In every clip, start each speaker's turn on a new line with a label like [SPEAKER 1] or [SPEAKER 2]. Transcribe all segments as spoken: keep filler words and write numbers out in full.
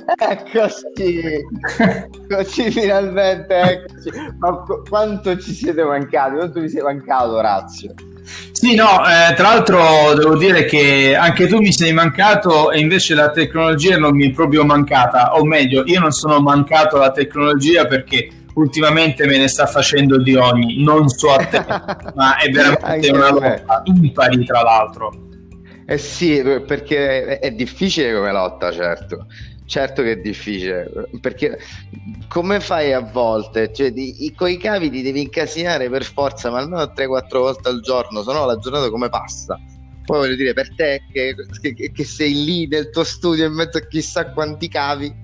[SPEAKER 1] Eccoci, così finalmente eccoci. Ma qu- quanto ci siete mancati? Quanto mi sei mancato, Orazio?
[SPEAKER 2] Sì, no, eh, tra l'altro devo dire che anche tu mi sei mancato e invece la tecnologia non mi è proprio mancata, o meglio, io non sono mancato alla tecnologia perché ultimamente me ne sta facendo di ogni, non so a te, ma è veramente
[SPEAKER 1] Anche
[SPEAKER 2] una
[SPEAKER 1] a me.
[SPEAKER 2] lotta impari, tra l'altro.
[SPEAKER 1] Eh sì, perché è, è difficile come lotta, certo. Certo che è difficile, perché come fai a volte? Cioè, di, i, coi cavi ti devi incasinare per forza, ma almeno tre quattro volte al giorno, se no la giornata come passa? Poi voglio dire, per te che, che, che sei lì nel tuo studio in mezzo a chissà quanti cavi.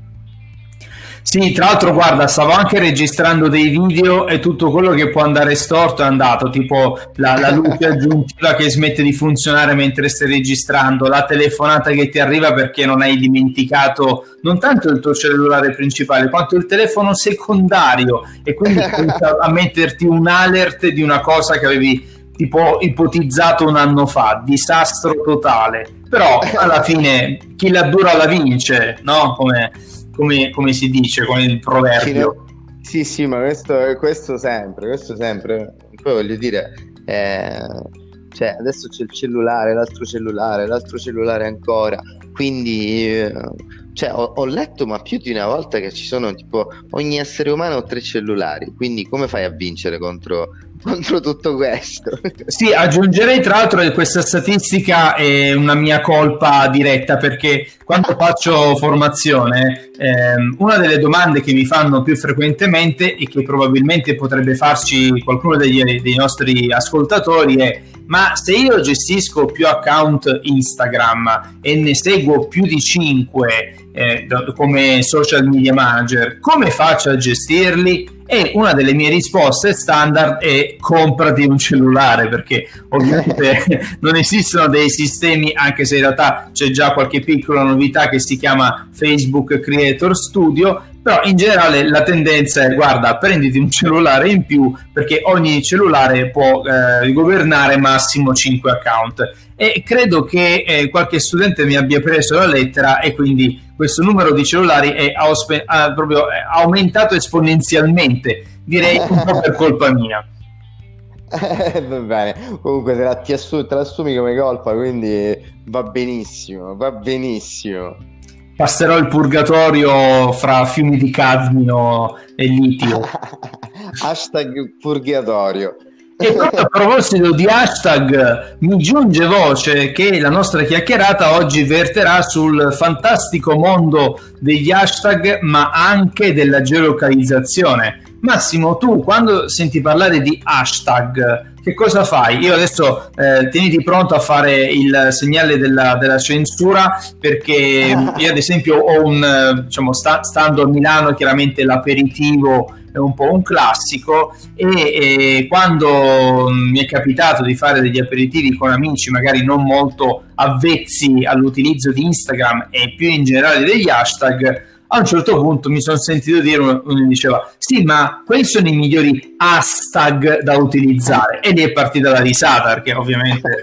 [SPEAKER 2] Sì, tra l'altro, guarda, stavo anche registrando dei video e tutto quello che può andare storto è andato, tipo la, la luce aggiuntiva che smette di funzionare mentre stai registrando, la telefonata che ti arriva perché non hai dimenticato non tanto il tuo cellulare principale, quanto il telefono secondario e quindi comincia a metterti un alert di una cosa che avevi tipo ipotizzato un anno fa, disastro totale. Però alla fine chi la dura la vince, no? Come come, come si dice con il proverbio.
[SPEAKER 1] Sì, sì, ma questo, questo sempre, questo sempre. Poi voglio dire, eh, cioè adesso c'è il cellulare, l'altro cellulare, l'altro cellulare ancora. Quindi, eh, cioè, ho, ho letto, ma più di una volta che ci sono tipo ogni essere umano ha tre cellulari. Quindi, come fai a vincere contro, contro tutto questo?
[SPEAKER 2] Sì, aggiungerei tra l'altro che questa statistica è una mia colpa diretta perché quando faccio formazione ehm, una delle domande che mi fanno più frequentemente e che probabilmente potrebbe farci qualcuno degli, dei nostri ascoltatori è: ma se io gestisco più account Instagram e ne seguo più di cinque eh, come social media manager, come faccio a gestirli? E una delle mie risposte standard è: comprati un cellulare, perché ovviamente non esistono dei sistemi, anche se in realtà c'è già qualche piccola novità che si chiama Facebook Creator Studio, però in generale la tendenza è: guarda, prenditi un cellulare in più perché ogni cellulare può eh, governare massimo cinque account. E credo che eh, qualche studente mi abbia preso la lettera e quindi questo numero di cellulari è auspe- ha proprio aumentato esponenzialmente, direi un po' per colpa mia.
[SPEAKER 1] Eh, va bene, comunque te la, ti assu- te la assumi come colpa, quindi va benissimo, va benissimo.
[SPEAKER 2] Passerò il purgatorio fra fiumi di cadmio e litio.
[SPEAKER 1] Hashtag purgatorio.
[SPEAKER 2] E proprio a proposito di hashtag, mi giunge voce che la nostra chiacchierata oggi verterà sul fantastico mondo degli hashtag, ma anche della geolocalizzazione. Massimo, tu quando senti parlare di hashtag, che cosa fai? Io adesso eh, tieniti pronto a fare il segnale della, della censura, perché io ad esempio ho un, diciamo, sta, stando a Milano, chiaramente l'aperitivo è un po' un classico e, e quando mi è capitato di fare degli aperitivi con amici magari non molto avvezzi all'utilizzo di Instagram e più in generale degli hashtag, a un certo punto mi sono sentito dire, uno mi diceva: sì, ma quali sono i migliori hashtag da utilizzare? E lì è partita la risata, perché ovviamente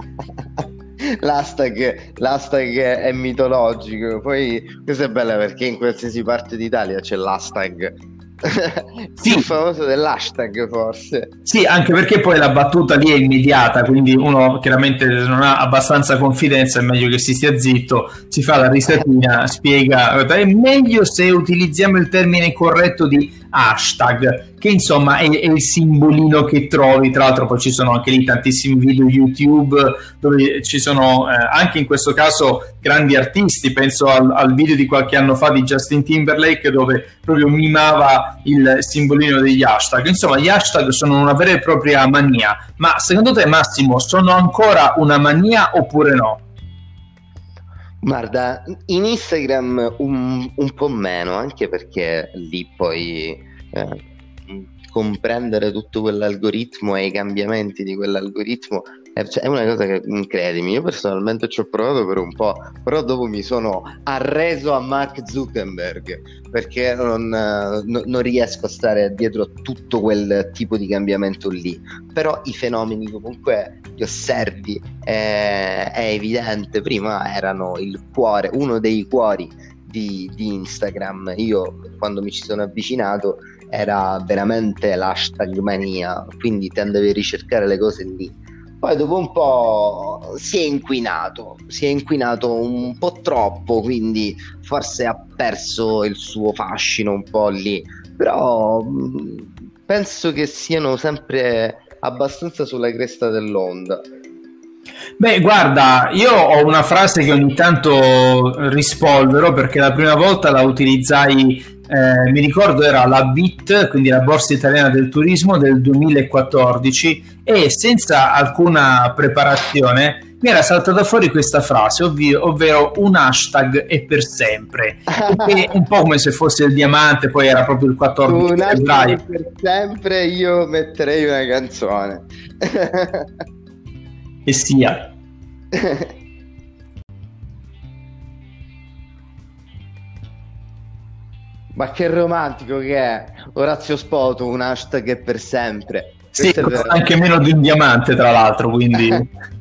[SPEAKER 1] L'hashtag, l'hashtag è mitologico. Poi questa è bella perché in qualsiasi parte d'Italia c'è l'hashtag. Sì, più famoso dell'hashtag forse.
[SPEAKER 2] Sì, anche perché poi la battuta lì è immediata, quindi uno chiaramente non ha abbastanza confidenza, è meglio che si stia zitto, si fa la risatina, spiega. È meglio se utilizziamo il termine corretto di hashtag, che insomma è, è il simbolino che trovi. Tra l'altro poi ci sono anche lì tantissimi video YouTube dove ci sono eh, anche in questo caso grandi artisti. Penso al, al video di qualche anno fa di Justin Timberlake dove proprio mimava il simbolino degli hashtag. Insomma, gli hashtag sono una vera e propria mania. Ma secondo te, Massimo, sono ancora una mania oppure no?
[SPEAKER 1] Guarda, in Instagram un, un po' meno, anche perché lì poi eh, comprendere tutto quell'algoritmo e i cambiamenti di quell'algoritmo è, cioè, è una cosa che, credimi, io personalmente ci ho provato per un po', però dopo mi sono arreso a Mark Zuckerberg perché non, no, non riesco a stare dietro a tutto quel tipo di cambiamento lì. Però i fenomeni comunque li osservi, eh, è evidente. Prima erano il cuore, uno dei cuori di, di Instagram. Io quando mi ci sono avvicinato era veramente l'hashtag mania, quindi tendevo a ricercare le cose lì. Poi dopo un po' si è inquinato, si è inquinato un po' troppo, quindi forse ha perso il suo fascino un po' lì, però mh, penso che siano sempre abbastanza sulla cresta dell'onda.
[SPEAKER 2] Beh, guarda, io ho una frase che ogni tanto rispolvero perché la prima volta la utilizzai, eh, mi ricordo era la B I T, quindi la Borsa Italiana del Turismo del duemilaquattordici, e senza alcuna preparazione mi era saltata fuori questa frase, ovvio, ovvero un hashtag è per sempre, è un po' come se fosse il diamante, poi era proprio il quattordici
[SPEAKER 1] un
[SPEAKER 2] febbraio.
[SPEAKER 1] hashtag per sempre, io metterei una canzone.
[SPEAKER 2] E sia.
[SPEAKER 1] Ma che romantico che è Orazio Spoto, un hashtag è per sempre.
[SPEAKER 2] Sì, anche meno di un diamante tra l'altro, quindi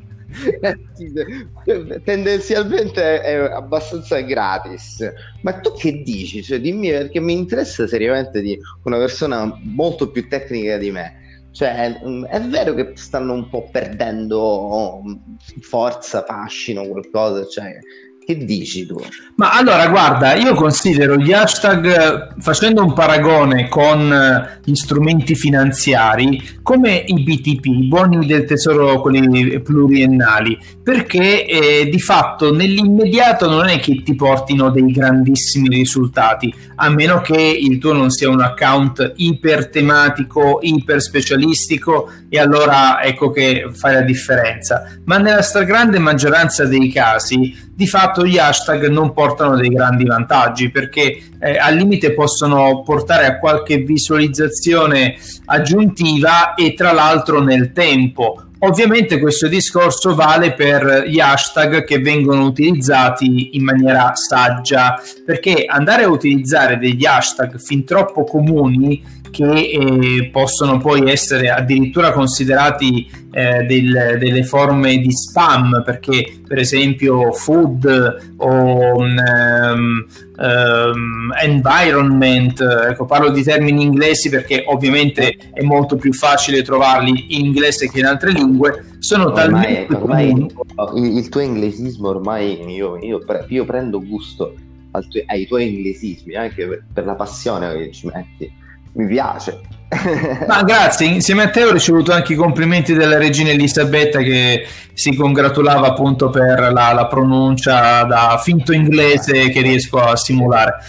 [SPEAKER 1] tendenzialmente è abbastanza gratis. Ma tu che dici? Cioè, dimmi, perché mi interessa seriamente di una persona molto più tecnica di me. Cioè, è vero che stanno un po' perdendo forza, fascino, qualcosa, cioè, che dici tu?
[SPEAKER 2] Ma allora, guarda, io considero gli hashtag, facendo un paragone con gli strumenti finanziari, come i B T P, i buoni del tesoro, quelli pluriennali, perché eh, di fatto nell'immediato non è che ti portino dei grandissimi risultati, a meno che il tuo non sia un account iper tematico, iper specialistico, e allora ecco che fai la differenza. Ma nella stragrande maggioranza dei casi, di fatto gli hashtag non portano dei grandi vantaggi, perché eh, al limite possono portare a qualche visualizzazione aggiuntiva e tra l'altro nel tempo. Ovviamente questo discorso vale per gli hashtag che vengono utilizzati in maniera saggia, perché andare a utilizzare degli hashtag fin troppo comuni che eh, possono poi essere addirittura considerati eh, del, delle forme di spam, perché per esempio food o um, um, environment, ecco, parlo di termini inglesi perché ovviamente è molto più facile trovarli in inglese che in altre lingue, sono
[SPEAKER 1] ormai,
[SPEAKER 2] talmente
[SPEAKER 1] ormai
[SPEAKER 2] comuni.
[SPEAKER 1] il, il tuo inglesismo ormai io, io, pre, io prendo gusto al tuo, ai tuoi inglesismi, anche per, per la passione che ci metti. Mi piace.
[SPEAKER 2] Ma grazie, insieme a te ho ricevuto anche i complimenti della regina Elisabetta, che si congratulava appunto per la, la pronuncia da finto inglese che riesco a simulare.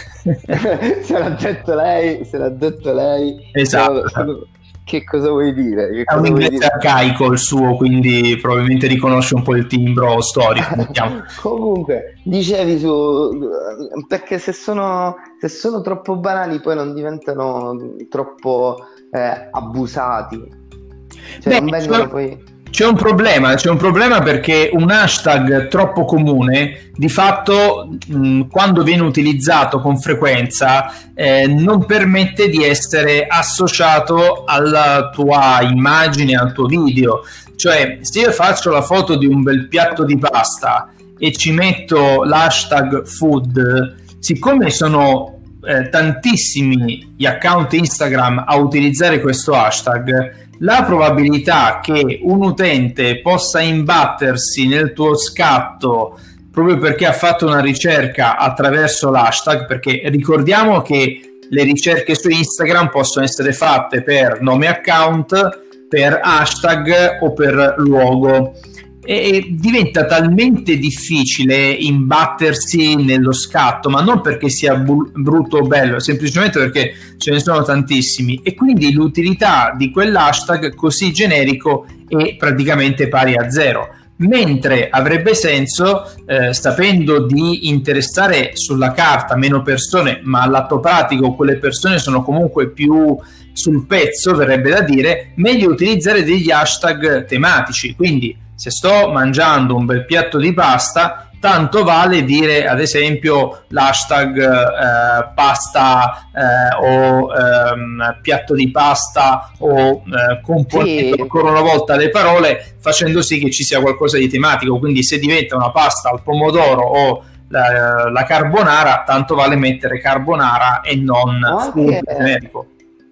[SPEAKER 1] Se l'ha detto lei, se l'ha detto lei.
[SPEAKER 2] Esatto.
[SPEAKER 1] Che cosa vuoi dire? Che
[SPEAKER 2] è un inglese arcaico il suo, quindi probabilmente riconosce un po' il timbro storico.
[SPEAKER 1] Comunque, dicevi su, perché se sono, se sono troppo banali poi non diventano troppo eh, abusati. Cioè,
[SPEAKER 2] Beh,
[SPEAKER 1] non vengono
[SPEAKER 2] cioè...
[SPEAKER 1] poi...
[SPEAKER 2] C'è un problema, c'è un problema perché un hashtag troppo comune, di fatto, mh, quando viene utilizzato con frequenza, eh, non permette di essere associato alla tua immagine, al tuo video. Cioè, se io faccio la foto di un bel piatto di pasta e ci metto l'hashtag food, siccome sono eh, tantissimi gli account Instagram a utilizzare questo hashtag, la probabilità che un utente possa imbattersi nel tuo scatto proprio perché ha fatto una ricerca attraverso l'hashtag, perché ricordiamo che le ricerche su Instagram possono essere fatte per nome account, per hashtag o per luogo, e diventa talmente difficile imbattersi nello scatto, ma non perché sia bu- brutto o bello, semplicemente perché ce ne sono tantissimi, e quindi l'utilità di quell'hashtag così generico è praticamente pari a zero, mentre avrebbe senso, eh, sapendo di interessare sulla carta meno persone, ma all'atto pratico quelle persone sono comunque più sul pezzo, verrebbe da dire, meglio utilizzare degli hashtag tematici. Quindi se sto mangiando un bel piatto di pasta, tanto vale dire ad esempio l'hashtag eh, pasta eh, o ehm, piatto di pasta o eh, componendo sì. ancora una volta le parole, facendo sì che ci sia qualcosa di tematico. Quindi se diventa una pasta al pomodoro o la, la carbonara, tanto vale mettere carbonara e non
[SPEAKER 1] anche,
[SPEAKER 2] generico.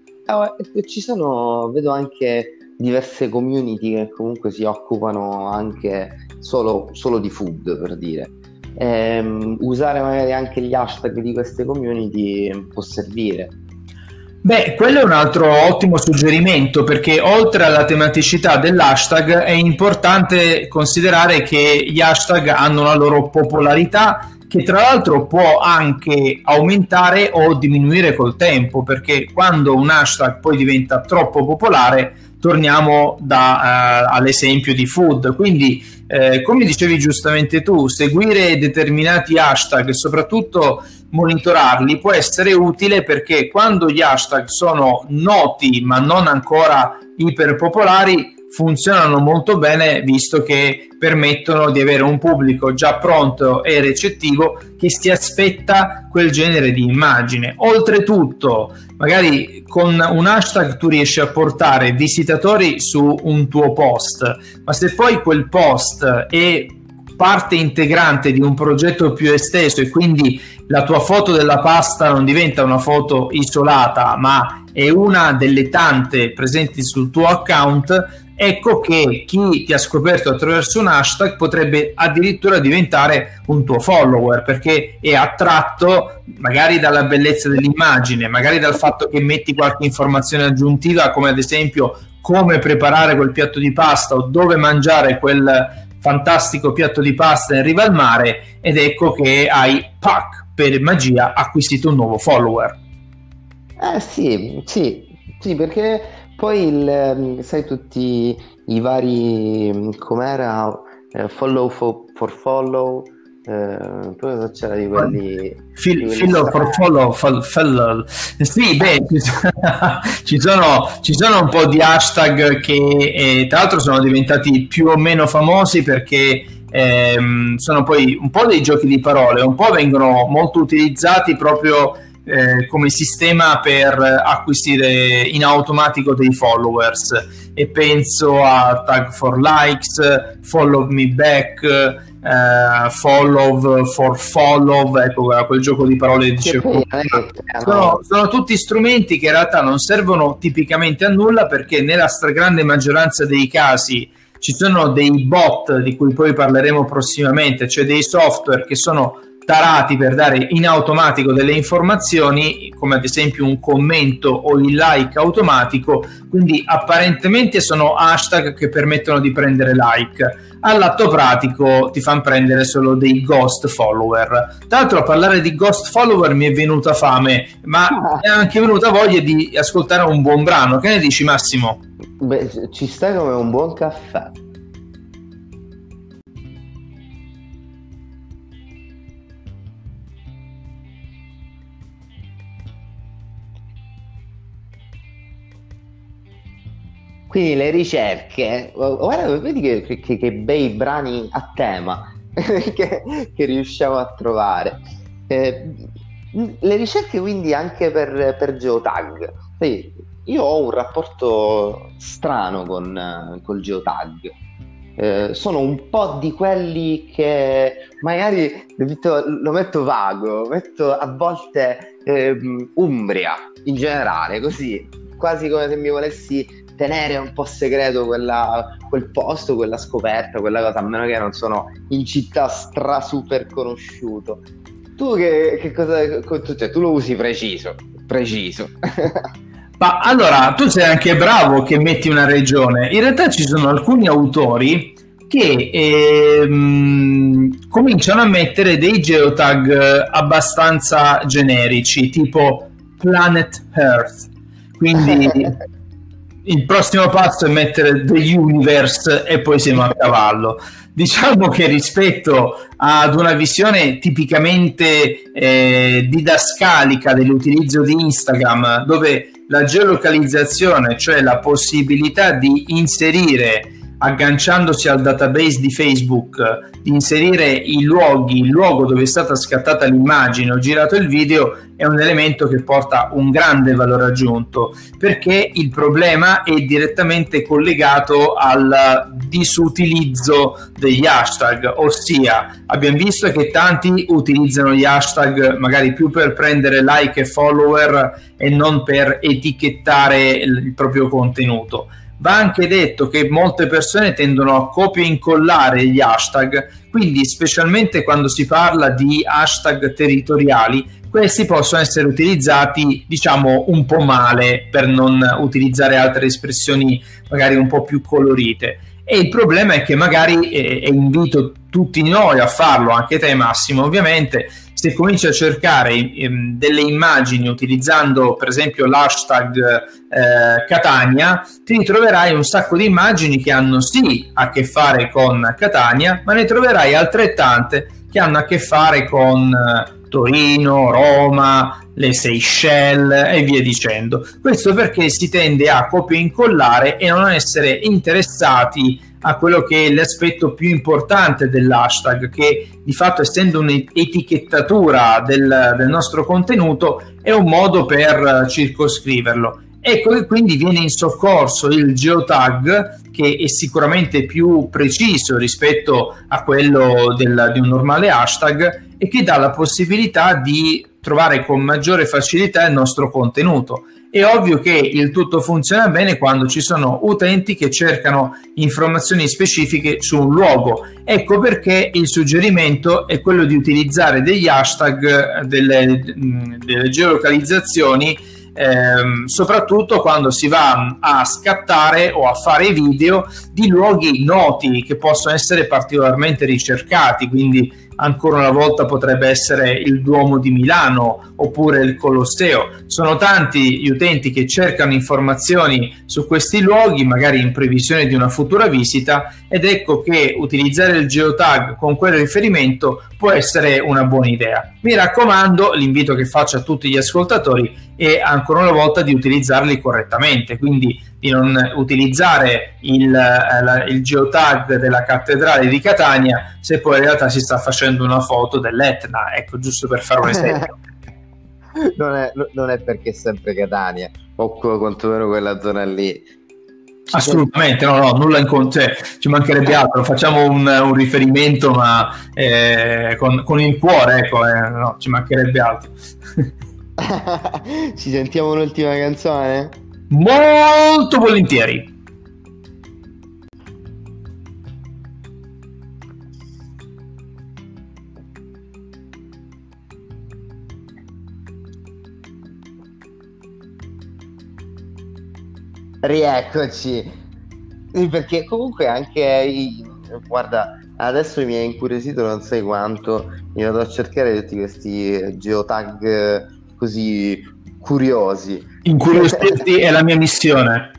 [SPEAKER 1] Eh, ci sono, vedo anche diverse community che comunque si occupano anche solo, solo di food, per dire. Ehm, usare magari anche gli hashtag di queste community può servire.
[SPEAKER 2] Beh, quello è un altro ottimo suggerimento, perché oltre alla tematicità dell'hashtag è importante considerare che gli hashtag hanno la loro popolarità, che tra l'altro può anche aumentare o diminuire col tempo, perché quando un hashtag poi diventa troppo popolare, torniamo da, uh, all'esempio di food. Quindi eh, come dicevi giustamente tu, seguire determinati hashtag e soprattutto monitorarli può essere utile, perché quando gli hashtag sono noti ma non ancora iperpopolari funzionano molto bene, visto che permettono di avere un pubblico già pronto e recettivo che si aspetta quel genere di immagine. Oltretutto, magari con un hashtag tu riesci a portare visitatori su un tuo post, ma se poi quel post è parte integrante di un progetto più esteso e quindi la tua foto della pasta non diventa una foto isolata ma è una delle tante presenti sul tuo account, ecco che chi ti ha scoperto attraverso un hashtag potrebbe addirittura diventare un tuo follower, perché è attratto magari dalla bellezza dell'immagine, magari dal fatto che metti qualche informazione aggiuntiva, come ad esempio come preparare quel piatto di pasta o dove mangiare quel fantastico piatto di pasta in riva al mare, ed ecco che hai, pac, per magia acquisito un nuovo follower.
[SPEAKER 1] Eh sì, sì, sì, perché poi il, sai, tutti i vari, com'era, eh, follow for, for follow, eh, poi cosa c'era di quelli,
[SPEAKER 2] Fil-
[SPEAKER 1] di quelli
[SPEAKER 2] Follow
[SPEAKER 1] stra-
[SPEAKER 2] for follow, fol- follow. Sì, beh, ci sono, ci sono ci sono un po' di hashtag che eh, tra l'altro sono diventati più o meno famosi, perché ehm, sono poi un po' dei giochi di parole, un po' vengono molto utilizzati proprio Eh, come sistema per acquisire in automatico dei followers, e penso a Tag for Likes, Follow Me Back, eh, Follow for Follow, ecco quel gioco di parole che dicevo. Sono, sono tutti strumenti che in realtà non servono tipicamente a nulla, perché nella stragrande maggioranza dei casi ci sono dei bot di cui poi parleremo prossimamente, cioè dei software che sono tarati per dare in automatico delle informazioni, come ad esempio un commento o il like automatico, quindi apparentemente sono hashtag che permettono di prendere like, all'atto pratico ti fanno prendere solo dei ghost follower. Tra l'altro, a parlare di ghost follower mi è venuta fame, ma è anche venuta voglia di ascoltare un buon brano. Che ne dici, Massimo?
[SPEAKER 1] Beh, ci sta come un buon caffè. Quindi le ricerche, guarda, vedi che, che, che bei brani a tema che, che riusciamo a trovare. Eh, le ricerche quindi anche per, per geotag. Sì, io ho un rapporto strano con col geotag. Eh, sono un po' di quelli che magari lo metto, lo metto vago, metto a volte eh, Umbria in generale, così, quasi come se mi volessi tenere un po' segreto quella, quel posto, quella scoperta, quella cosa, a meno che non sono in città stra super conosciuto. Tu che, che cosa, cioè, tu lo usi preciso, preciso.
[SPEAKER 2] Ma allora, tu sei anche bravo che metti una regione. In realtà ci sono alcuni autori che ehm, cominciano a mettere dei geotag abbastanza generici, tipo Planet Earth. Quindi il prossimo passo è mettere The Universe e poi siamo a cavallo. Diciamo che rispetto ad una visione tipicamente eh, didascalica dell'utilizzo di Instagram, dove la geolocalizzazione, cioè la possibilità di inserire agganciandosi al database di Facebook, di inserire i luoghi, il luogo dove è stata scattata l'immagine o girato il video, è un elemento che porta un grande valore aggiunto, perché il problema è direttamente collegato al disutilizzo degli hashtag, ossia abbiamo visto che tanti utilizzano gli hashtag magari più per prendere like e follower e non per etichettare il proprio contenuto. Va anche detto che molte persone tendono a copia e incollare gli hashtag, quindi specialmente quando si parla di hashtag territoriali, questi possono essere utilizzati, diciamo, un po' male, per non utilizzare altre espressioni magari un po' più colorite. E il problema è che magari, eh, e invito tutti noi a farlo, anche te Massimo ovviamente, se cominci a cercare ehm, delle immagini utilizzando per esempio l'hashtag eh, Catania, ti ritroverai un sacco di immagini che hanno sì a che fare con Catania, ma ne troverai altrettante che hanno a che fare con eh, Torino, Roma, le Seychelles e via dicendo. Questo perché si tende a copia e incollare e non essere interessati a quello che è l'aspetto più importante dell'hashtag, che di fatto, essendo un'etichettatura del, del nostro contenuto, è un modo per circoscriverlo. Ecco che quindi viene in soccorso il geotag, che è sicuramente più preciso rispetto a quello del, di un normale hashtag, e che dà la possibilità di trovare con maggiore facilità il nostro contenuto. È ovvio che il tutto funziona bene quando ci sono utenti che cercano informazioni specifiche su un luogo. Ecco perché il suggerimento è quello di utilizzare degli hashtag, delle, delle geolocalizzazioni, ehm, soprattutto quando si va a scattare o a fare video di luoghi noti che possono essere particolarmente ricercati. Quindi ancora una volta potrebbe essere il Duomo di Milano oppure il Colosseo. Sono tanti gli utenti che cercano informazioni su questi luoghi, magari in previsione di una futura visita, ed ecco che utilizzare il geotag con quel riferimento può essere una buona idea. Mi raccomando, l'invito che faccio a tutti gli ascoltatori è ancora una volta di utilizzarli correttamente, quindi di non utilizzare il, eh, il geotag della cattedrale di Catania se poi in realtà si sta facendo una foto dell'Etna, ecco, giusto per fare un esempio.
[SPEAKER 1] non, è, non è perché è sempre Catania o quantomeno quella zona lì.
[SPEAKER 2] Assolutamente, no, no, nulla in conto, cioè, ci mancherebbe altro, facciamo un, un riferimento ma eh, con, con il cuore, ecco, eh, no, ci mancherebbe altro.
[SPEAKER 1] Ci sentiamo un'ultima canzone?
[SPEAKER 2] Molto volentieri.
[SPEAKER 1] Rieccoci, perché comunque anche guarda, adesso mi è incuriosito non sai quanto, mi vado a cercare tutti questi geotag così curiosi.
[SPEAKER 2] Incuriosirti è la mia missione.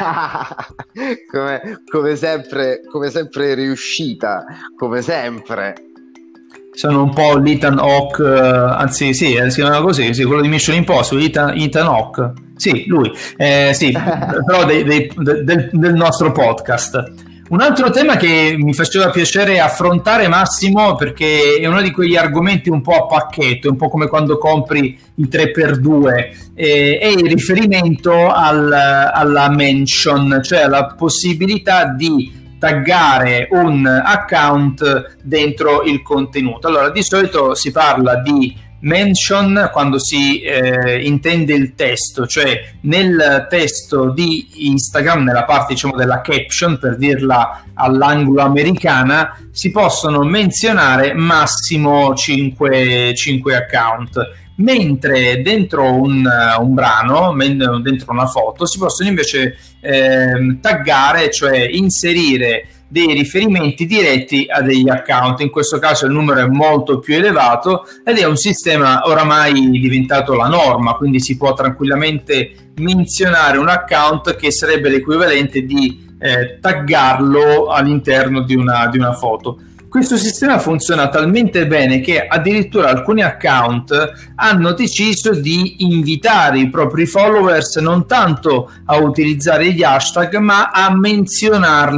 [SPEAKER 1] come, come sempre, come sempre riuscita, come sempre.
[SPEAKER 2] Sono un po' l'Ethan Hawke, anzi sì, si chiama così, sì, quello di Mission Impossible, Ethan, Ethan Hawke, sì, lui, eh, sì, però dei, dei, del, del nostro podcast. Un altro tema che mi faceva piacere affrontare, Massimo, perché è uno di quegli argomenti un po' a pacchetto, un po' come quando compri i tre per due, eh, è il riferimento al, alla mention, cioè alla possibilità di taggare un account dentro il contenuto. Allora, di solito si parla di mention quando si eh, intende il testo, cioè nel testo di Instagram, nella parte diciamo della caption, per dirla all'anglo americana, si possono menzionare massimo cinque account, mentre dentro un, un brano, dentro una foto, si possono invece eh, taggare, cioè inserire dei riferimenti diretti a degli account. In questo caso il numero è molto più elevato ed è un sistema oramai diventato la norma, quindi si può tranquillamente menzionare un account che sarebbe l'equivalente di eh, taggarlo all'interno di una, di una foto. Questo sistema funziona talmente bene che addirittura alcuni account hanno deciso di invitare i propri followers non tanto a utilizzare gli hashtag ma a menzionarli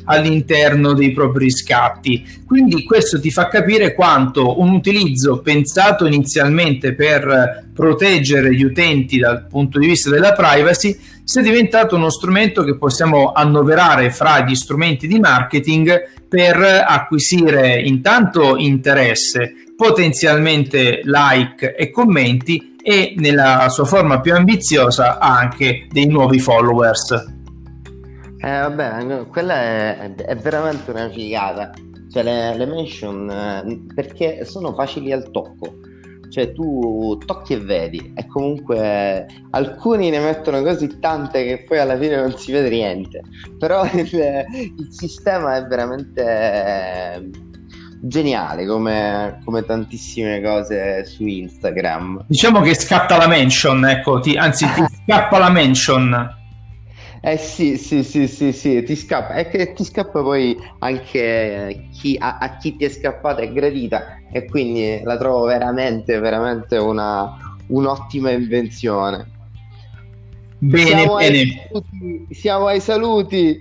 [SPEAKER 2] all'interno dei propri riscatti. Quindi questo ti fa capire quanto un utilizzo pensato inizialmente per proteggere gli utenti dal punto di vista della privacy sia diventato uno strumento che possiamo annoverare fra gli strumenti di marketing per acquisire intanto interesse, potenzialmente like e commenti, e nella sua forma più ambiziosa anche dei nuovi followers.
[SPEAKER 1] Eh, vabbè, quella è, è veramente una figata, cioè le, le mention, eh, perché sono facili al tocco, cioè tu tocchi e vedi, e comunque alcuni ne mettono così tante che poi alla fine non si vede niente, però il, il sistema è veramente geniale, come, come tantissime cose su Instagram.
[SPEAKER 2] Diciamo che scatta la mention, ecco, ti, anzi ti scappa la mention.
[SPEAKER 1] Eh sì, sì, sì, sì, sì, ti scappa, è che ti scappa poi anche chi, a, a chi ti è scappata è gradita, e quindi la trovo veramente, veramente una, un'ottima invenzione.
[SPEAKER 2] Bene,
[SPEAKER 1] siamo
[SPEAKER 2] bene.
[SPEAKER 1] Ai saluti, siamo ai saluti.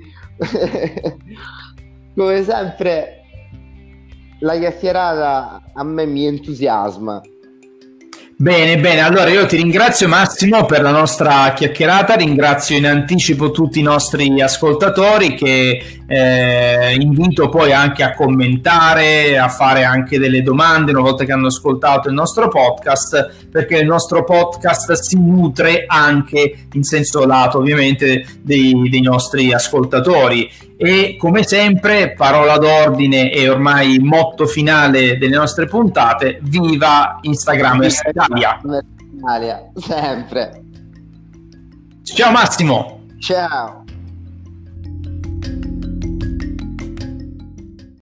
[SPEAKER 1] Come sempre la chiacchierata a me mi entusiasma.
[SPEAKER 2] Bene, bene, allora io ti ringrazio Massimo per la nostra chiacchierata, ringrazio in anticipo tutti i nostri ascoltatori che eh, invito poi anche a commentare, a fare anche delle domande una volta che hanno ascoltato il nostro podcast, perché il nostro podcast si nutre anche in senso lato ovviamente dei, dei nostri ascoltatori. E come sempre, parola d'ordine e ormai motto finale delle nostre puntate: viva Instagrammers Italia!
[SPEAKER 1] Italia, sempre.
[SPEAKER 2] Ciao Massimo!
[SPEAKER 1] Ciao!